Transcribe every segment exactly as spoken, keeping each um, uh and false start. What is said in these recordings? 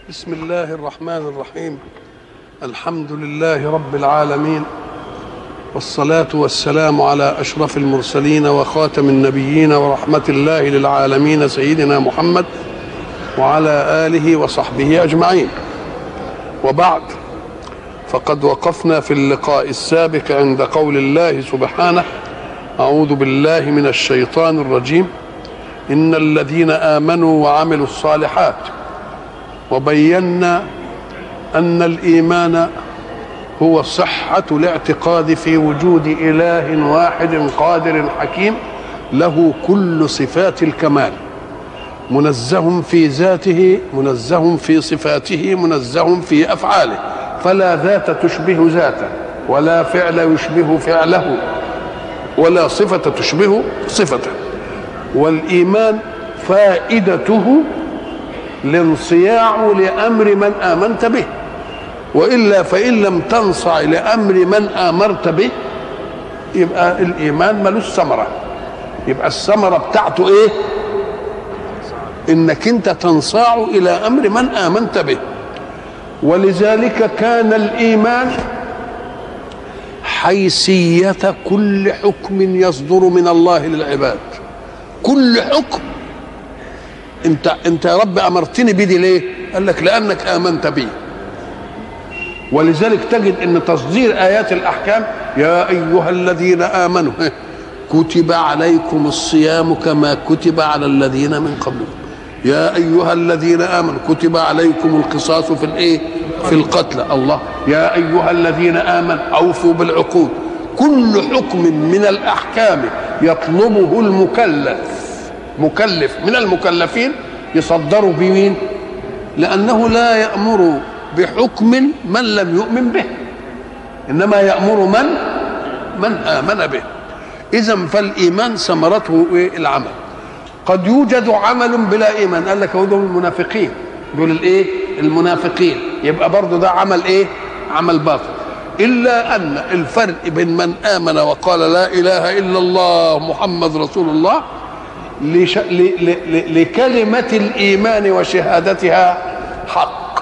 بسم الله الرحمن الرحيم. الحمد لله رب العالمين، والصلاة والسلام على أشرف المرسلين وخاتم النبيين ورحمة الله للعالمين سيدنا محمد وعلى آله وصحبه أجمعين. وبعد، فقد وقفنا في اللقاء السابق عند قول الله سبحانه: أعوذ بالله من الشيطان الرجيم، إن الذين آمنوا وعملوا الصالحات. وبينا أن الإيمان هو صحة الاعتقاد في وجود إله واحد قادر حكيم له كل صفات الكمال، منزه في ذاته، منزه في صفاته، منزه في أفعاله، فلا ذات تشبه ذاته، ولا فعل يشبه فعله، ولا صفة تشبه صفته. والإيمان فائدته الانصياع لأمر من آمنت به، وإلا فإن لم تنصع لأمر من آمرت به يبقى الإيمان ملوش ثمرة. يبقى الثمرة بتاعته إيه؟ إنك أنت تنصاع إلى أمر من آمنت به. ولذلك كان الإيمان حيثية كل حكم يصدر من الله للعباد. كل حكم انت انت يا رب امرتني بدي ليه؟ قال لك لانك امنت بي. ولذلك تجد ان تصدير ايات الاحكام: يا ايها الذين امنوا كتب عليكم الصيام كما كتب على الذين من قبلكم، يا ايها الذين امنوا كتب عليكم القصاص في الايه؟ في القتل. الله، يا ايها الذين امنوا اوفوا بالعقود. كل حكم من الاحكام يطلبه المكلف مكلف من المكلفين يصدروا بمين؟ لأنه لا يأمر بحكم من لم يؤمن به، إنما يأمر من من آمن به. إذن فالإيمان ثمرته العمل. قد يوجد عمل بلا إيمان، قال لك هو دول المنافقين، دول الإيه؟ المنافقين، يبقى برضو ده عمل إيه؟ عمل باطل. إلا أن الفرق بين من آمن وقال لا إله إلا الله محمد رسول الله لش... ل... ل... لكلمة الإيمان وشهادتها حق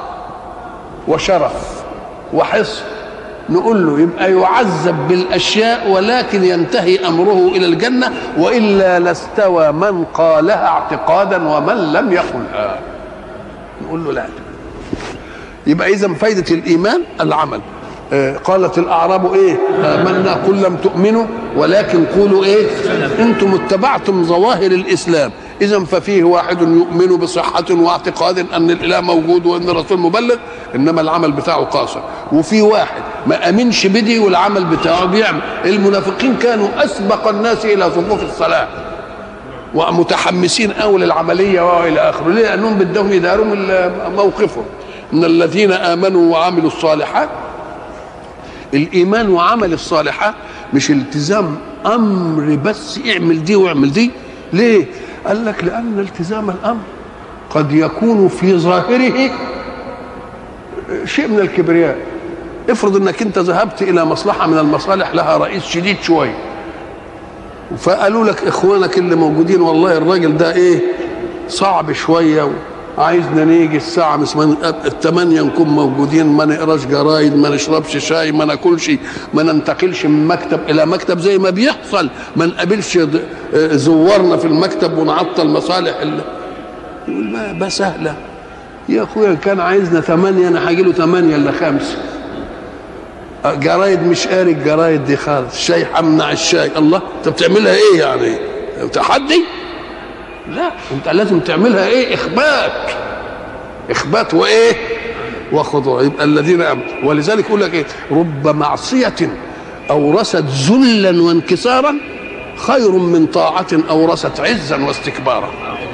وشرف وحصن، نقول له يبقى يعذب بالأشياء ولكن ينتهي أمره إلى الجنة، وإلا لاستوى من قالها اعتقادا ومن لم يقلها. نقول له لا. يبقى إذن فايدة الإيمان العمل. آه قالت الأعراب إيه؟ آمنا قل لم تؤمنوا ولكن قولوا إيه؟ أنتم اتبعتم ظواهر الإسلام. إذن ففيه واحد يؤمن بصحة واعتقاد أن الإله موجود وأن الرسول مبلغ، إنما العمل بتاعه قاصر. وفي واحد ما أمنش بدي والعمل بتاعه بيعمل. المنافقين كانوا أسبق الناس إلى صفوف الصلاة ومتحمسين أول العملية وإلى آخره، ليه؟ لأنهم بدهم يداروا موقفهم. إن الذين آمنوا وعملوا الصالحات. الإيمان وعمل الصالحات مش التزام أمر بس اعمل دي واعمل دي. ليه؟ قال لك لأن التزام الأمر قد يكون في ظاهره شيء من الكبرياء. افرض انك انت ذهبت الى مصلحة من المصالح لها رئيس شديد شوية، فقالوا لك اخوانك اللي موجودين والله الراجل ده ايه صعب شوية، عايزنا نيجي الساعة الثمانية نكون موجودين، ما نقراش جرايد، ما نشربش شاي، ما ناكلش، ما ننتقلش من مكتب إلى مكتب زي ما بيحصل، ما نقابلش زورنا في المكتب ونعطل مصالح. يقول ما سهلة يا أخويا، كان عايزنا ثمانية أنا هاجي له ثمانية إلا خمسة. جرايد مش قاري الجرايد دي خالص، الشاي همنع الشاي. الله، أنت بتعملها إيه يعني؟ تحدي؟ لا، انت لازم تعملها ايه؟ اخبات اخبات وايه؟ وخضوع. يبقى الذين امنوا. ولذلك يقول لك ايه؟ رب معصيه اورثت ذلا وانكسارا خير من طاعه اورثت عزا واستكبارا.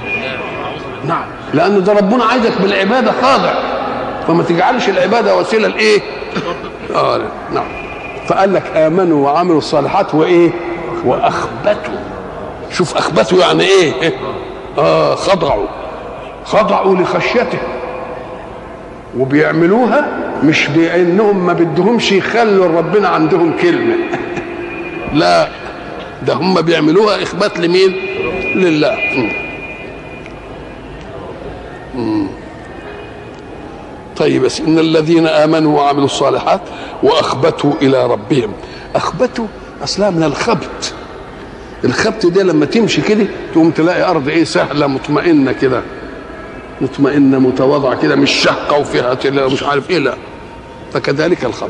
نعم، لان ده ربنا عايزك بالعباده خاضع، فما تجعلش العباده وسيله لايه؟ اه نعم. فقال لك امنوا وعملوا الصالحات وايه؟ واخبتوا. شوف اخبتوا يعني ايه؟ اه خضعوا خضعوا لخشيته، وبيعملوها مش بانهم ما بدهمش يخلوا ربنا عندهم كلمه لا، ده هم بيعملوها اخبات لمين؟ لله. م. م. طيب بس ان الذين امنوا وعملوا الصالحات واخبتوا الى ربهم. اخبتوا اصلها من الخبت. الخبت ده لما تمشي كده تقوم تلاقي ارض ايه سهله مطمئنه كده، مطمئنه متواضعه كده، مش شقه وفيها مش عارف ايه، لا. فكذلك الخبت.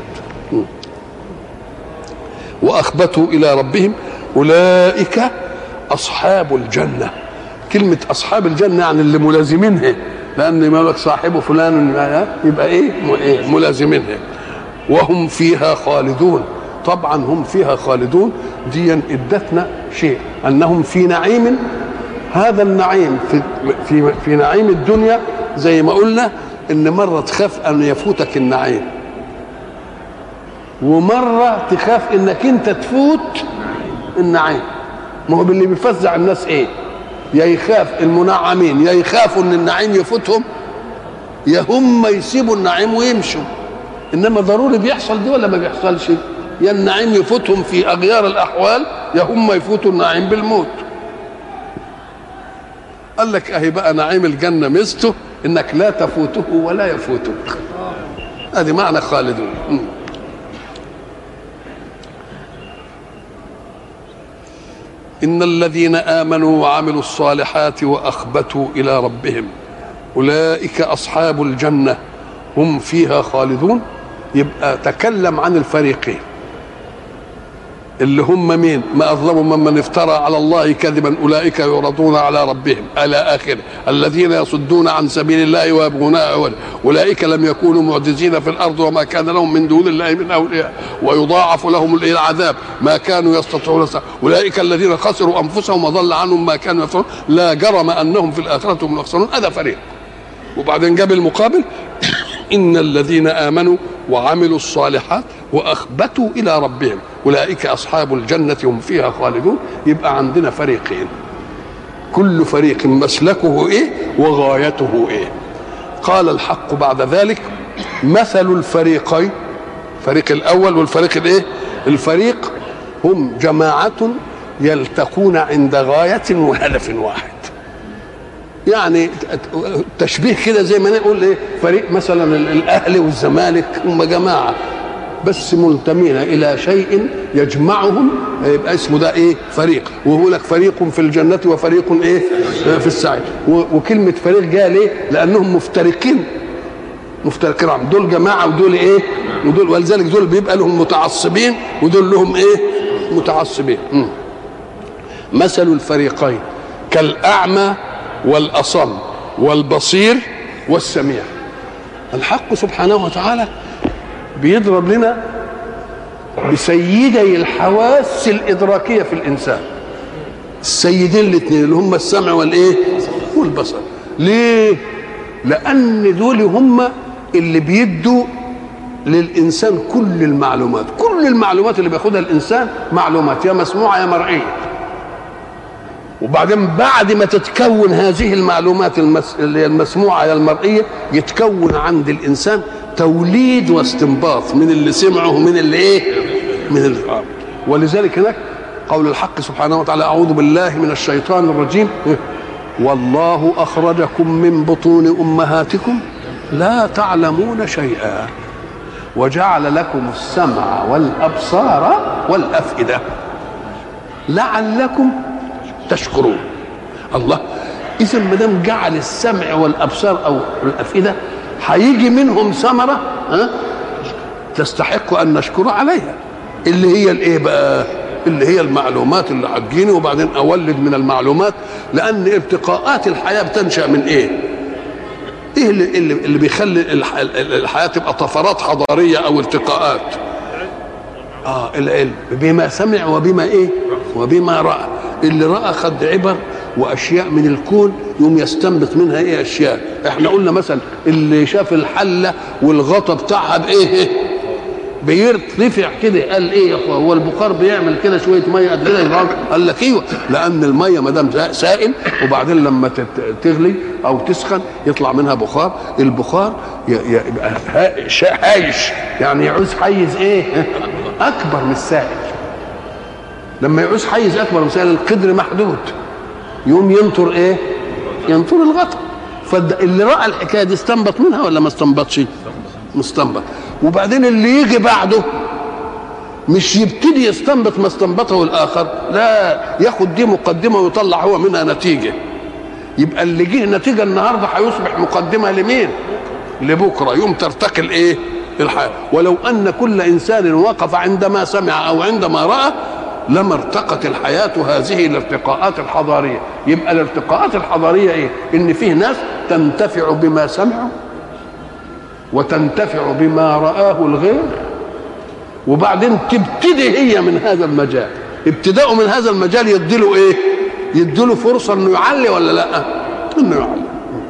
واخبتوا الى ربهم اولئك اصحاب الجنه. كلمه اصحاب الجنه يعني اللي ملازمينها، لان ما لك صاحبه فلان يبقى ايه ملازمينها. وهم فيها خالدون. طبعا هم فيها خالدون دي ادتنا شيء، انهم في نعيم. هذا النعيم في في في نعيم الدنيا زي ما قلنا ان مره تخاف ان يفوتك النعيم، ومره تخاف انك انت تفوت النعيم. ما هو اللي بيفزع الناس ايه؟ يا يخاف المنعمين، يا يخافوا ان النعيم يفوتهم، يا هم يسيبوا النعيم ويمشوا. انما ضروري بيحصل دي ولا ما بيحصلش؟ يا النعيم يفوتهم في اغيار الاحوال، يا هم يفوتوا النعيم بالموت. قال لك اهي بقى نعيم الجنه ميزته انك لا تفوته ولا يفوتك. هذه معنى خالدون. إن الذين آمنوا وعملوا الصالحات وأخبتوا إلى ربهم أولئك أصحاب الجنة هم فيها خالدون. يبقى تكلم عن الفريقين اللي هم مين؟ ما أظلم ممن افترى على الله كذبا أولئك يعرضون على ربهم إلى آخره. الذين يصدون عن سبيل الله ويبغونها عوجا أولئك لم يكونوا معجزين في الأرض وما كان لهم من دون الله من أولياء ويضاعف لهم العذاب ما كانوا يستطيعون. أولئك الذين خسروا أنفسهم وضل عنهم ما كانوا يفترون لا جرم أنهم في الآخرة هم الأخسرون. هذا فريق. وبعدين جاب المقابل إن الذين آمنوا وعملوا الصالحات وأخبتوا إلى ربهم أولئك أصحاب الجنة هم فيها خالدون. يبقى عندنا فريقين، كل فريق مسلكه إيه وغايته إيه. قال الحق بعد ذلك مثل الفريقين، الفريق الأول والفريق الإيه؟ الفريق هم جماعة يلتقون عند غاية وهدف واحد. يعني تشبيه كده زي ما نقول ايه فريق مثلا الاهلي والزمالك هم جماعه بس منتمين الى شيء يجمعهم، يبقى اسمه ده ايه فريق. وهو لك فريق في الجنه وفريق ايه في السعير. وكلمه فريق جاء ليه؟ لانهم مفترقين مفترقين دول جماعه ودول ايه ودول، ولذلك دول بيبقى لهم متعصبين ودول لهم ايه متعصبين. م. مثل الفريقين كالاعمى والأصم والبصير والسميع. الحق سبحانه وتعالى بيضرب لنا بسيدي الحواس الإدراكية في الإنسان، السيدين الاثنين اللي هم السمع والإيه والبصر. ليه؟ لأن دول هم اللي بيدوا للإنسان كل المعلومات. كل المعلومات اللي بياخدها الإنسان معلومات يا مسموعة يا مرئية. وبعدين بعد ما تتكون هذه المعلومات المس... المسموعة المرئية يتكون عند الإنسان توليد واستنباط من اللي سمعه ومن اللي إيه من اللي... آه. ولذلك هناك قول الحق سبحانه وتعالى أعوذ بالله من الشيطان الرجيم والله أخرجكم من بطون أمهاتكم لا تعلمون شيئا وجعل لكم السمع والأبصار والأفئدة لعلكم تشكرون. الله، إذا ما دام جعل السمع والأبصار أو الأفئدة هيجي منهم ثمرة ها تستحق أن نشكر عليها، اللي هي الإيه بقى؟ اللي هي المعلومات اللي هتجيني وبعدين أولد من المعلومات. لأن ارتقاءات الحياة بتنشأ من إيه؟ إيه اللي اللي, اللي بيخلي الحياة تبقى طفرات حضارية أو ارتقاءات؟ آه العلم بما سمع وبما إيه؟ وبما رأى. اللي رأى خد عبر واشياء من الكون يوم يستنبط منها ايه اشياء. احنا قلنا مثلا اللي شاف الحله والغطا بتاعها بايه بيرتفع كده، قال ايه يا اخويا هو البخار بيعمل كده شويه ميه قد كده؟ قال لك ايوه، لان الميه ما دام سائل وبعدين لما تغلي او تسخن يطلع منها بخار، البخار يبقى هايش يعني يعوز حيز ايه اكبر من السائل. لما يعوز حيز اكبر من السائل القدر محدود يوم ينطر ايه ينطر الغطا. فاللي راى الحكايه دي استنبط منها ولا ما استنبطش؟ مستنبط. وبعدين اللي يجي بعده مش يبتدي يستنبط ما استنبطه الاخر، لا، ياخد دي مقدمه ويطلع هو منها نتيجه. يبقى اللي جه نتيجه النهارده هيصبح مقدمه لمين؟ لبكره، يوم ترتقي الايه؟ الحياه. ولو ان كل انسان وقف عندما سمع او عندما راى لما ارتقت الحياه هذه الارتقاءات الحضاريه. يبقى الارتقاءات الحضاريه ايه؟ ان فيه ناس تنتفع بما سمعوا وتنتفع بما رآه الغير، وبعدين تبتدي هي من هذا المجال. ابتداءه من هذا المجال يديله ايه؟ يديله فرصه انه يعلي ولا لا؟ انه يعلي.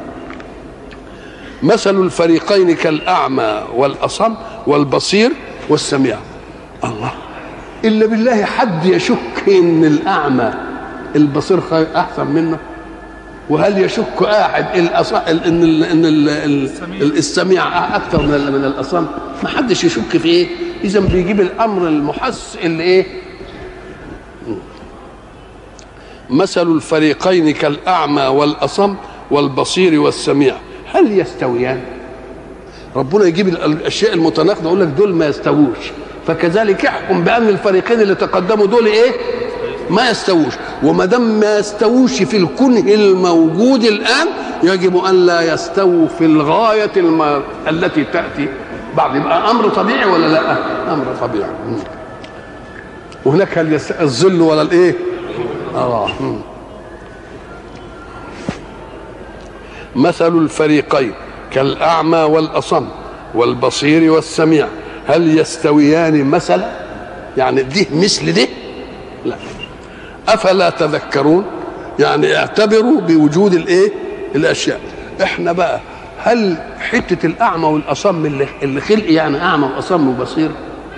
مثل الفريقين كالأعمى والأصم والبصير والسميع. الله، إلا بالله حد يشك إن الأعمى البصير أحسن منه؟ وهل يشك أحد إن إن السميع أكثر من الأصم؟ ما حدش يشك في إيه؟ إذا بيجيب الأمر المحس اللي إيه؟ مثل الفريقين كالأعمى والأصم والبصير والسميع هل يستويان؟ ربنا يجيب الاشياء المتناقضه يقول لك دول ما يستووش، فكذلك يحكم بان الفريقين اللي تقدموا دول ايه؟ ما يستووش. وما دام ما يستووش في الكون الموجود الان يجب ان لا يستووا في الغايه الم... التي تاتي بعد. يبقى امر طبيعي ولا لا؟ امر طبيعي. وهناك هل يست... الظل ولا الايه؟ اه مثل الفريقين كالأعمى والأصم والبصير والسميع هل يستويان مثلا؟ يعني دي مثل دي؟ لا. أفلا تذكرون؟ يعني اعتبروا بوجود الايه؟ الأشياء. احنا بقى هل حتة الأعمى والأصم اللي, اللي خلق يعني أعمى وأصم وبصير؟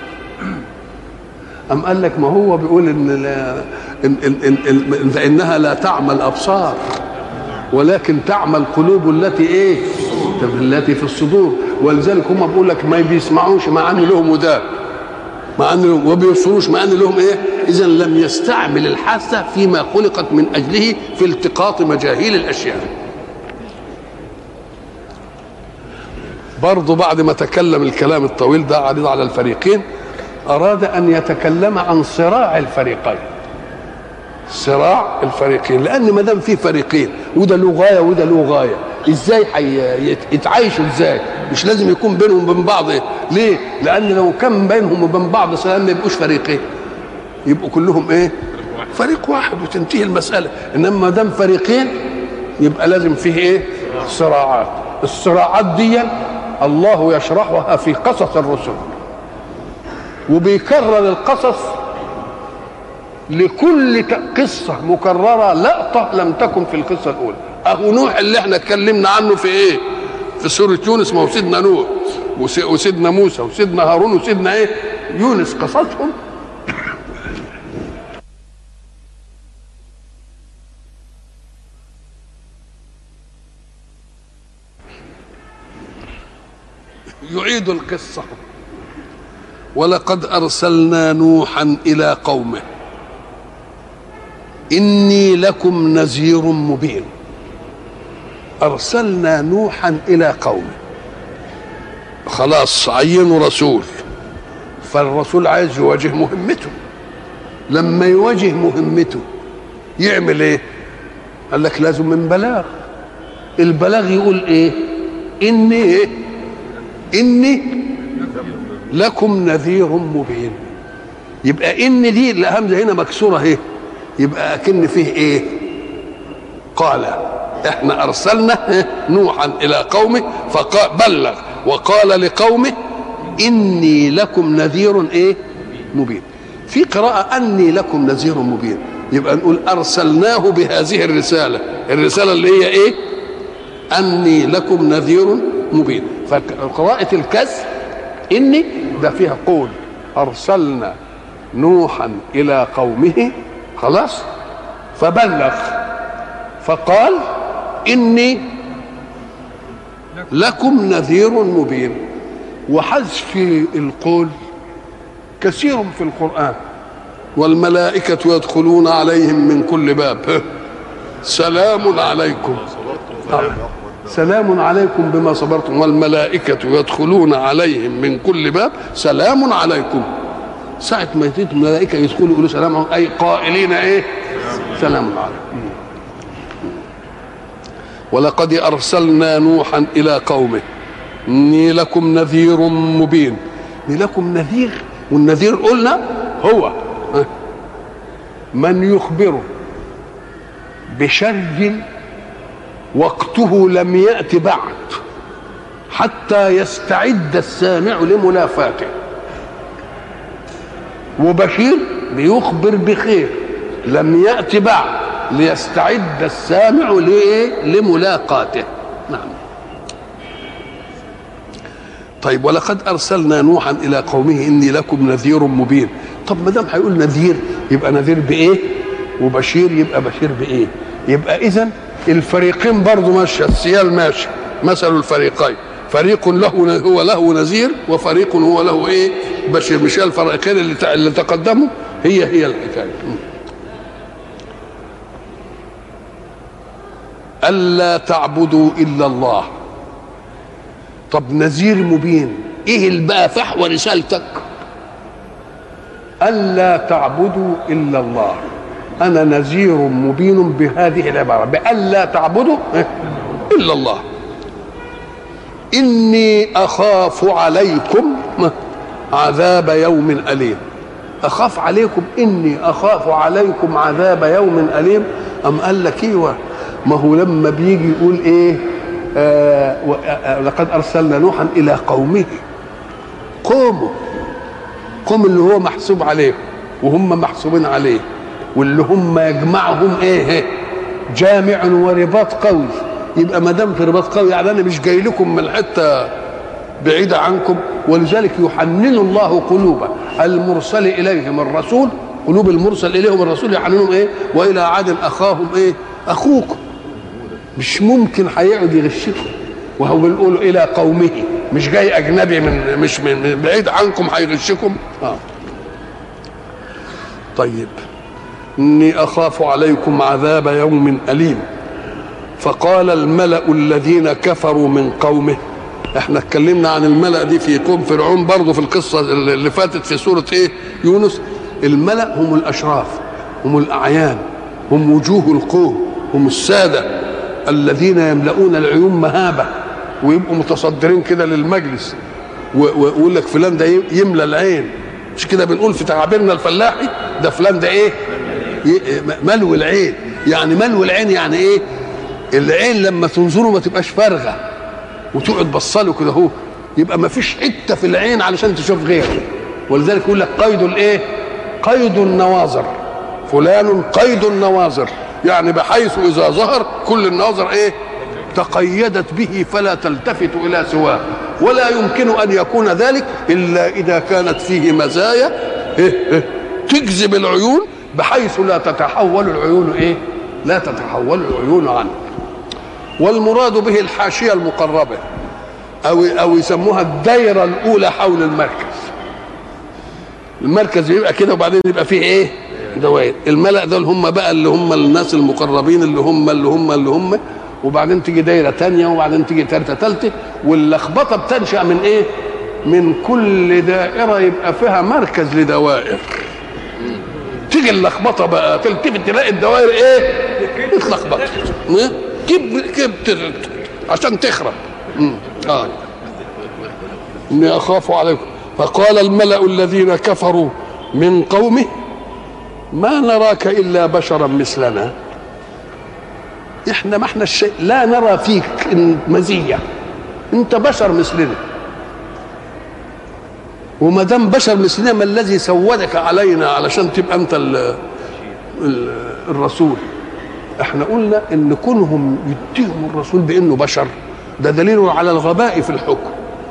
أم قال لك ما هو بيقول إن, لا إن, إن, إن, إن فإنها لا تعمى الأبصار ولكن تعمى القلوب التي ايه؟ التي في الصدور. ولذلك هم بيقول لك ما بيسمعوش مع ان لهم ودان، مع ان لهم وبيبصروش مع ان لهم ايه؟ اذا لم يستعمل الحاسه فيما خلقت من اجله في التقاط مجاهيل الاشياء. برضه بعد ما تكلم الكلام الطويل ده عريض على الفريقين اراد ان يتكلم عن صراع الفريقين. صراع الفريقين، لان ما دام في فريقين وده له غايه وده له غايه، ازاي يتعايشوا؟ ازاي؟ مش لازم يكون بينهم وبين بعض إيه؟ ليه؟ لان لو كان بينهم وبين بعض سلام ما يبقوش فريقين، يبقوا كلهم ايه؟ فريق واحد وتنتهي المساله. انما ما دام فريقين يبقى لازم فيه ايه؟ صراعات. الصراعات دي الله يشرحها في قصص الرسل، وبيكرر القصص لكل قصة مكررة لقطة لم تكن في القصة الأولى. أهو نوح اللي احنا اتكلمنا عنه في إيه؟ في سورة يونس، ما هو سيدنا نوح وسيدنا موسى وسيدنا هارون وسيدنا إيه؟ يونس، قصصهم يعيد القصة. ولقد أرسلنا نوحا إلى قومه إني لكم نذير مبين. أرسلنا نوحا إلى قومه، خلاص عينوا رسول، فالرسول عايز يواجه مهمته. لما يواجه مهمته يعمل ايه؟ قال لك لازم من بلاغ. البلاغ يقول ايه؟ إني إيه؟ إني لكم نذير مبين. يبقى إن دي الهمزة هنا مكسورة اهي، يبقى أكن فيه ايه؟ قال احنا ارسلنا نوحا الى قومه فبلغ وقال لقومه اني لكم نذير ايه؟ مبين. في قراءة اني لكم نذير مبين، يبقى نقول ارسلناه بهذه الرسالة. الرسالة اللي هي ايه؟ اني لكم نذير مبين. فقراءة الكسر اني ده فيها قول ارسلنا نوحا الى قومه خلاص فبلغ فقال إني لكم نذير مبين. وحذف القول كثير في القرآن. والملائكة يدخلون عليهم من كل باب سلام عليكم. سلام عليكم بما صبرتم والملائكة يدخلون عليهم من كل باب سلام عليكم. ساعة ما يتيت الملائكة يدخلوا يقولوا سلام عليكم أي قائلين إيه؟ سلام عليكم. ولقد أرسلنا نوحا إلى قومه إني لكم نذير مبين. إني لكم نذير، والنذير قلنا هو من يخبر بشر وقته لم يأت بعد حتى يستعد السامع لمنافاته، وبشير بيخبر بخير لم يأت بعد ليستعد السامع لملاقاته. نعم. طيب ولقد أرسلنا نوحا إلى قومه إني لكم نذير مبين. طب ما دام هيقول نذير يبقى نذير بإيه؟ وبشير يبقى بشير بإيه؟ يبقى إذن الفريقين برضو ماشية، السيال ماشي. مثل الفريقين فريق له هو له نذير وفريق هو له إيه؟ بشير. مش الفريقين اللي اللي تقدموا هي هي الحكاية. ألا تعبدوا إلا الله. طب نذير مبين إيه اللي بقى فحوى رسالتك؟ ألا تعبدوا إلا الله. أنا نذير مبين بهذه العبارة بألا تعبدوا إلا الله. إني أخاف عليكم عذاب يوم أليم. أخاف عليكم، إني أخاف عليكم عذاب يوم أليم. أم قال لك إيوه، ما هو لما بيجي يقول إيه آه لقد أرسلنا نوحا إلى قومه، قوموا قوم اللي هو محسوب عليه وهم محسوبين عليه، واللي هم يجمعهم ايه؟ جامع ورباط قوي. يبقى ما دام في رباط قوي يعني انا مش جاي لكم من حته بعيده عنكم. ولذلك يحنن الله قلوب المرسل اليهم الرسول، قلوب المرسل اليهم الرسول يحننهم ايه؟ والى عاد اخاهم ايه؟ اخوكم. مش ممكن هيقعد يغشكم وهو بيقول الى قومه، مش جاي اجنبي من مش من بعيد عنكم هيغشكم. اه طيب إني أخاف عليكم عذاب يوم أليم. فقال الملأ الذين كفروا من قومه. احنا اتكلمنا عن الملأ دي في قوم فرعون برضه في القصة اللي فاتت في سورة ايه؟ يونس. الملأ هم الأشراف، هم الأعيان، هم وجوه القوم، هم السادة الذين يملؤون العيون مهابة ويبقوا متصدرين كده للمجلس ويقول لك فلان ده يملى العين. مش كده بنقول في تعابيرنا الفلاحي؟ ده فلان ده ايه؟ ملو العين. يعني ملو العين يعني ايه؟ العين لما تنظره ما تبقاش فارغه وتقعد بصله كده اهو، يبقى ما فيش حته في العين علشان تشوف غيره. ولذلك يقول لك قيد الايه؟ قيد النواظر. فلان قيد النواظر، يعني بحيث اذا ظهر كل النواظر ايه؟ تقيدت به فلا تلتفت الى سواه. ولا يمكن ان يكون ذلك الا اذا كانت فيه مزايا تجذب العيون بحيث لا تتحول العيون ايه؟ لا تتحول العيون عنه. والمراد به الحاشيه المقربه او او يسموها الدائره الاولى حول المركز. المركز يبقى كده وبعدين يبقى فيه ايه؟ دوائر. الملأ دول هم بقى اللي هم الناس المقربين اللي هم اللي هم اللي هم وبعدين تيجي دايره ثانيه وبعدين تيجي ثالثه ثالثه. واللخبطه بتنشا من ايه؟ من كل دائره يبقى فيها مركز لدوائر. تيجي اللخبطه بقى تلتفت تلاقي الدوائر ايه؟ اتلخبطت كب كب عشان تخرب. اه اني اخاف عليكم. فقال الملأ الذين كفروا من قومه ما نراك الا بشرا مثلنا. احنا ما احنا الشيء لا نرى فيك مزيه، انت بشر مثلنا. وما دام بشر مثلنا ما الذي سودك علينا علشان تبقى انت ال ال الرسول؟ احنا قلنا ان كونهم يتهموا الرسول بانه بشر ده دليل على الغباء في الحكم.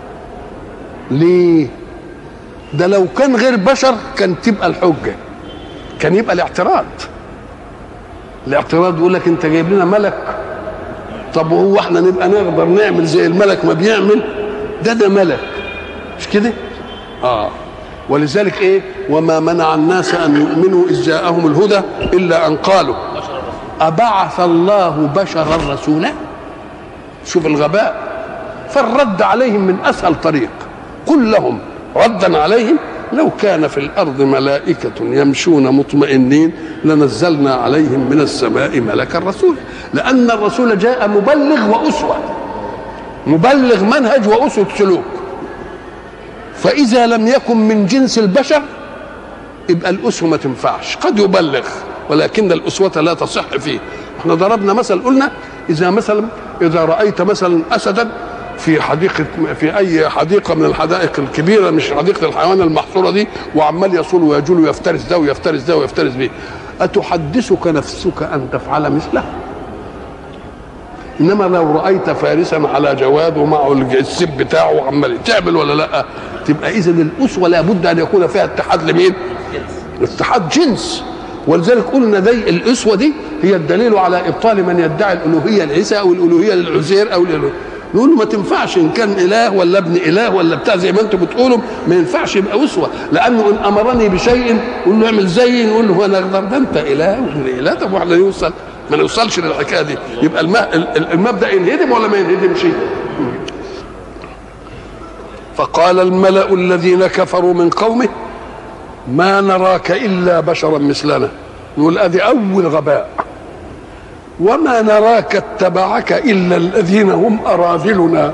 ليه؟ ده لو كان غير بشر كان تبقى الحجه، كان يبقى الاعتراض. الاعتراض يقول لك انت جايب لنا ملك، طب وهو احنا نبقى نقدر نعمل زي الملك ما بيعمل؟ ده ده ملك مش كده؟ اه ولذلك ايه؟ وما منع الناس ان يؤمنوا اذ جاءهم الهدى الا ان قالوا ابعث الله بشرا رسولا. شوف الغباء. فالرد عليهم من اسهل طريق، قل لهم ردا عليهم لو كان في الارض ملائكه يمشون مطمئنين لنزلنا عليهم من السماء ملكا رسولا. لان الرسول جاء مبلغ واسوه، مبلغ منهج واسوه سلوك. فاذا لم يكن من جنس البشر يبقى الاسوه ما تنفعش. قد يبلغ ولكن الاسوه لا تصح فيه. احنا ضربنا مثل قلنا اذا مثلا اذا رايت مثلا اسدا في حديقه، في اي حديقه من الحدائق الكبيره، مش حديقه الحيوان المحصوره دي، وعمال يصول ويجول ويفترس ده ويفترس ده ويفترس به، اتحدثك نفسك ان تفعل مثله؟ انما لو رايت فارسا على جواد ومعه السيف بتاعه وعمال تعمل ولا لا؟ تبقى اذا الاسوه لابد ان يكون فيها اتحاد لمين؟ اتحاد جنس. ولذلك قلنا دي الاسوه دي هي الدليل على ابطال من يدعي الالوهيه لعيسى او الالوهيه للعزير او الالوهية. نقول له ما تنفعش ان كان اله ولا ابن اله ولا بتاع زي ما انتم بتقولوا، ما ينفعش يبقى اسوه. لانه ان امرني بشيء قول له اعمل زيي، نقول له هو انا اقدر؟ ده انت اله وابن اله. طب واحنا يوصل ما نوصلش للحكايه دي. يبقى المبدا ينهدم ولا ما ينهدمش؟ فقال الملأ الذين كفروا من قومه ما نراك الا بشرا مثلنا. نقول ادي اول غباء. وما نراك اتبعك الا الذين هم اراذلنا.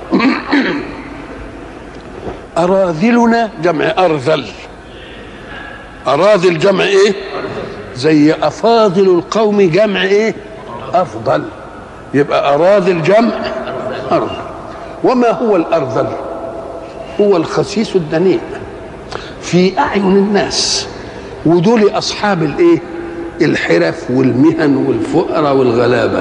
اراذلنا جمع ارذل. اراذل جمع ايه؟ زي افاضل القوم جمع ايه؟ افضل. يبقى اراذل جمع ارذل. وما هو الارذل؟ هو الخسيس الدنيء في اعين الناس، ودول اصحاب الايه؟ الحرف والمهن والفقراء والغلابه.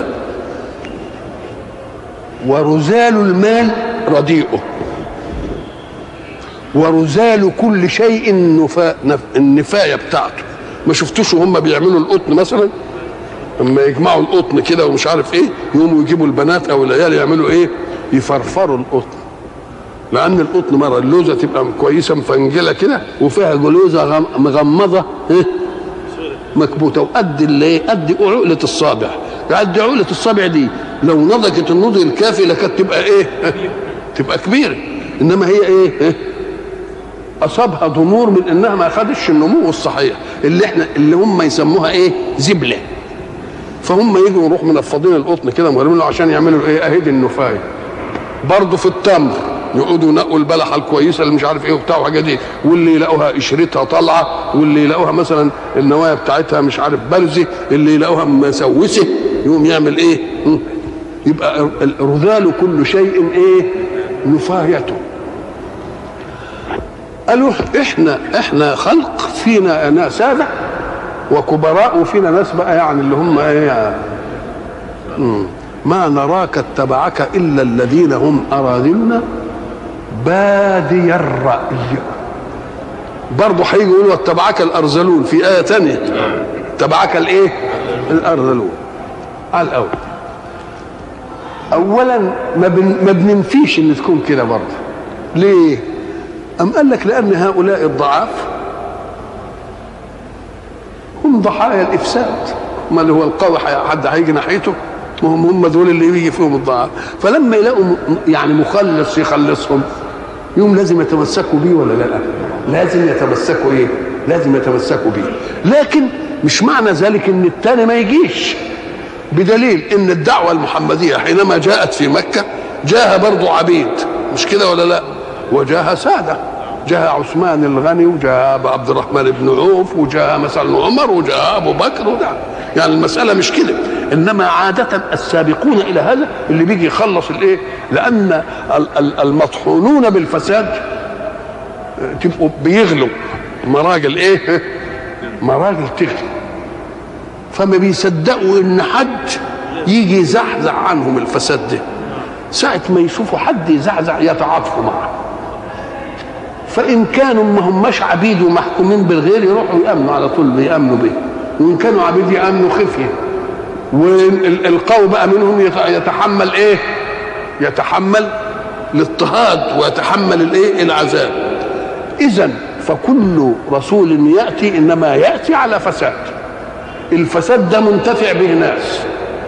ورزال المال رديئه، ورزال كل شيء النفا... النفايه بتاعته. ما شفتوش هم بيعملوا القطن مثلا؟ لما يجمعوا القطن كده ومش عارف ايه، يقوموا يجيبوا البنات او العيال يعملوا ايه؟ يفرفروا القطن. لان القطن مره اللوزه تبقى كويسه مفنجله كده وفيها جلوزه مغمضه ايه؟ مكبوته، وقد اللي قد عقله الصابع. قد عقله الصابع دي لو نضجت النضج الكافي لكانت تبقى ايه؟ تبقى كبيره. انما هي ايه؟ اصابها ضمور من انها ما اخذتش النمو الصحيح اللي احنا اللي هم يسموها ايه؟ زبله. فهم يجوا يروحوا منفضين القطن كده مغرمين له عشان يعملوا ايه؟ اهدي النفايه. برضه في التمر يقعدوا ينقوا البلحه الكويسه اللي مش عارف ايه وبتاع وحاجه دي، واللي يلاقوها قشرتها طالعه، واللي يلاقوها مثلا النوايا بتاعتها مش عارف بارزه، اللي يلاقوها مسوسه يقوم يعمل ايه؟ يبقى الرذال كل شيء ايه؟ نفايته. قالوا احنا احنا خلق، فينا ناس ساده وكبراء وفينا ناس بقى يعني اللي هم ايه؟ ما نراك اتبعك الا الذين هم اراذلنا بادي الرأي. برضه هيجي يقولوا اتبعك الارذلون في آية ثانية. اتبعك الايه؟ الارذلون. على الاول اولا ما, بن ما بننفيش ان تكون كده برضه. ليه؟ أم قال لك لأن هؤلاء الضعاف هم ضحايا الإفساد. ما اللي هو القوي حد هيجي ناحيته؟ هم هم دول اللي يجي فيهم الضعاف. فلما يلاقوا يعني مخلص يخلصهم يوم لازم يتمسكوا بيه ولا لا؟ لازم يتمسكوا ايه؟ لازم يتمسكوا بيه. لكن مش معنى ذلك ان الثاني ما يجيش، بدليل ان الدعوه المحمديه حينما جاءت في مكه جاءها برضو عبيد، مش كده ولا لا؟ وجاءها ساده، جاء عثمان الغني وجاء عبد الرحمن بن عوف وجاء مثلا عمر وجاء ابو بكر وده. يعني المساله مش كده، انما عاده السابقون الى هذا اللي بيجي يخلص الايه؟ لان المطحونون بالفساد تبقوا بيغلوا مراجل ايه؟ مراجل تغلي، فما بيصدقوا ان حد يجي يزحزح عنهم الفساد ده. ساعه ما يشوفوا حد يزحزح يتعاطفوا معه. فان كانوا ما هماش عبيد ومحكومين بالغير يروحوا يامنوا على طول، بيامنوا به. وان كانوا عبيد يامنوا خفيه. والقوي بقى منهم يتحمل ايه؟ يتحمل الاضطهاد ويتحمل الايه؟ العذاب. اذا فكل رسول ياتي انما ياتي على فساد. الفساد ده منتفع به ناس،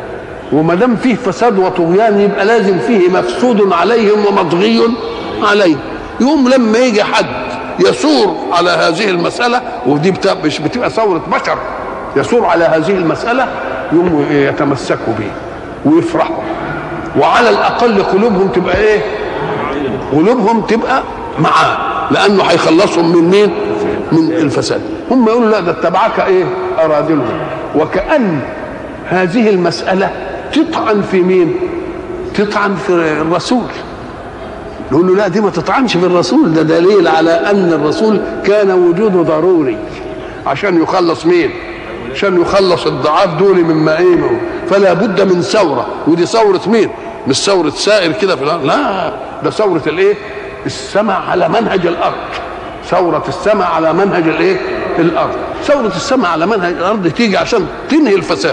وما دام فيه فساد وطغيان يبقى لازم فيه مفسود عليهم ومطغي عليهم. يوم لما يجي حد يثور على هذه المسألة، ودي مش بتبقى ثورة بشر، يثور على هذه المسألة، يوم يتمسكوا به ويفرحوا، وعلى الأقل قلوبهم تبقى إيه؟ قلوبهم تبقى معاه، لأنه هيخلصهم من مين؟ من الفساد. هم يقولوا لا ده اتبعك إيه؟ أرادلهم. وكأن هذه المسألة تطعن في مين؟ تطعن في الرسول. نقول له لا دي ما تطعنش في الرسول، ده دليل على أن الرسول كان وجوده ضروري عشان يخلص مين؟ عشان يخلص الضعاف دول من مائمهم، فلا بد من ثورة. ودي ثورة مين؟ مش ثورة سائر كده في الأرض، لا ده ثورة الايه؟ السمع على منهج الأرض. ثورة السمع على منهج الايه؟ الأرض. ثورة السمع على منهج الأرض تيجي عشان تنهي الفساد.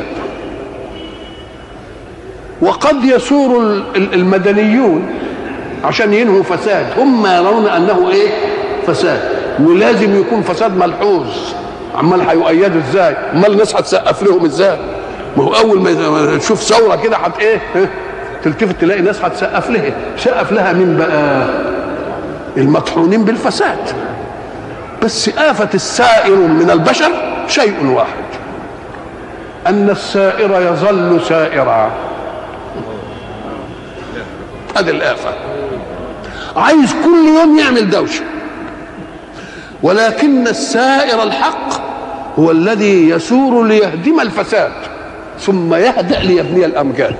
وقد يثور المدنيون عشان ينهوا فساد، هم يرون أنه ايه؟ فساد، ولازم يكون فساد ملحوظ. عمال هيؤيدوا ازاي؟ امال الناس هتسقف لهم ازاي؟ ما هو اول ما تشوف ثوره كده هت ايه؟ تلتفت تلاقي ناس هتسقف لها. سقف لها مين بقى؟ المطحونين بالفساد. بس آفة السائر من البشر شيء واحد، أن السائر يظل سائرا. هذه الآفة. عايز كل يوم يعمل دوشة، ولكن السائر الحق هو الذي يسور ليهدم الفساد ثم يهدأ ليبني الأمجاد.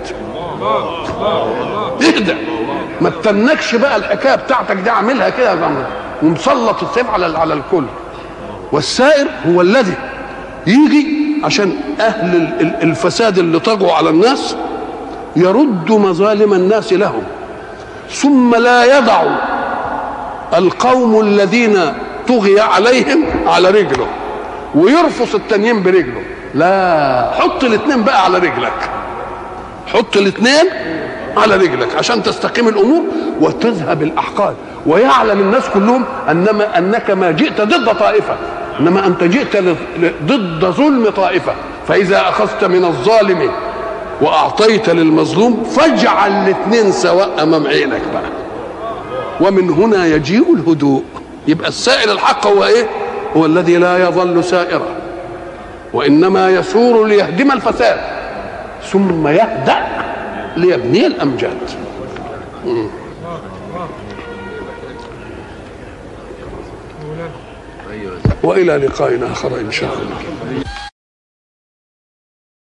اهدأ، ما تتنكش بقى الحكايه بتاعتك دي، اعملها كده يا جماعه ومسلط السيف على على الكل. والسائر هو الذي يجي عشان اهل الفساد اللي طغوا على الناس يرد مظالم الناس لهم، ثم لا يضع القوم الذين طغي عليهم على رجله ويرفص التانيين برجله. لا، حط الاثنين بقى على رجلك، حط الاثنين على رجلك عشان تستقيم الامور وتذهب الاحقاد، ويعلم الناس كلهم انما انك ما جئت ضد طائفه، انما انت جئت ضد ظلم طائفه. فاذا اخذت من الظالم واعطيت للمظلوم فاجعل الاثنين سواء امام عينك بقى، ومن هنا يجيء الهدوء. يبقى السائر الحق هو ايه؟ هو الذي لا يظل سائرا، وانما يسور ليهدم الفساد ثم يهدأ ليبني الأمجاد. وإلى لقاء آخر إن شاء الله.